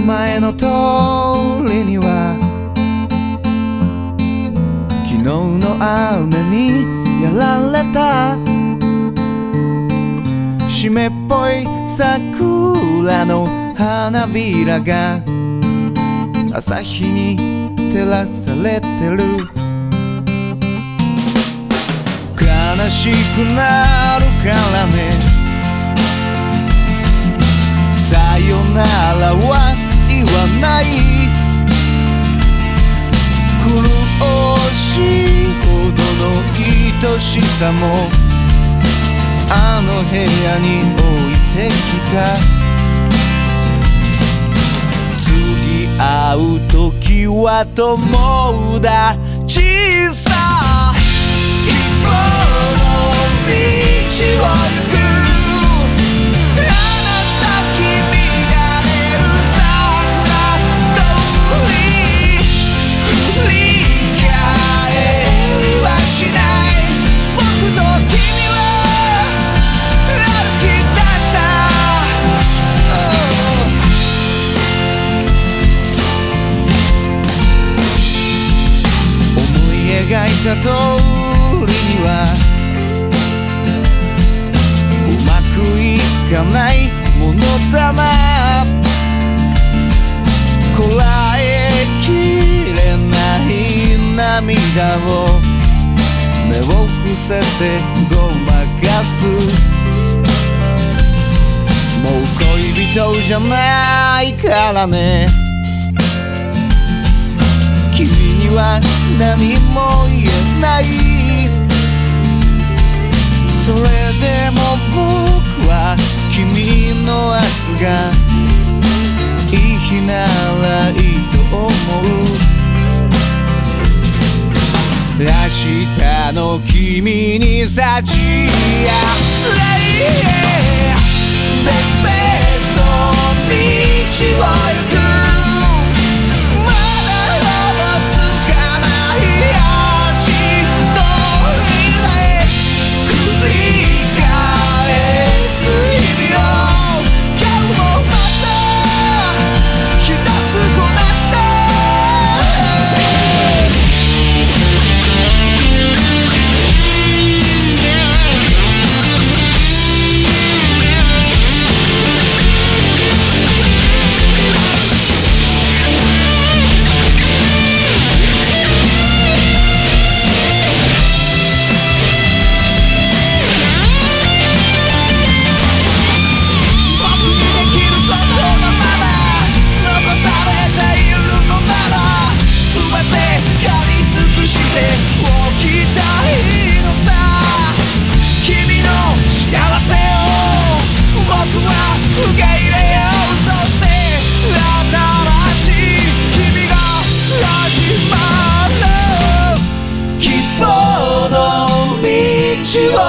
前の通りには昨日の雨にやられた湿っぽい桜の花びらが朝日に照らされてる。悲しくなるからね、さよならは言わない。苦しいほどの愛しさもあの部屋に置いてきた。次会う時は友達さ。一歩の道を行くあなた君が出る桜通り振り返りはしない。僕と君は歩き出した、思い描いた通りにはうまくいかないものだな。こらえきれない涙を目を伏せてごまかす。もう恋人じゃないからね、君には何も言えない。それでも僕は君の明日がいい日ならいいと思う。明日の君に幸あれ。別々の道を行くまだつかない足取りで繰り返す日々を今日もまた一つこなして。希望の道を